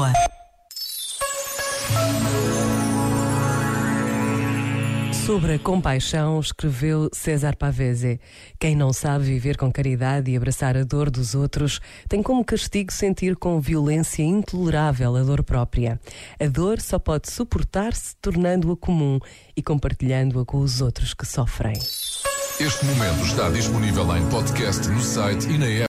Lisboa. Sobre a compaixão, escreveu César Pavese: quem não sabe viver com caridade e abraçar a dor dos outros, tem como castigo sentir com violência intolerável a dor própria. A dor só pode suportar-se tornando-a comum e compartilhando-a com os outros que sofrem. Este momento está disponível em podcast no site e na app.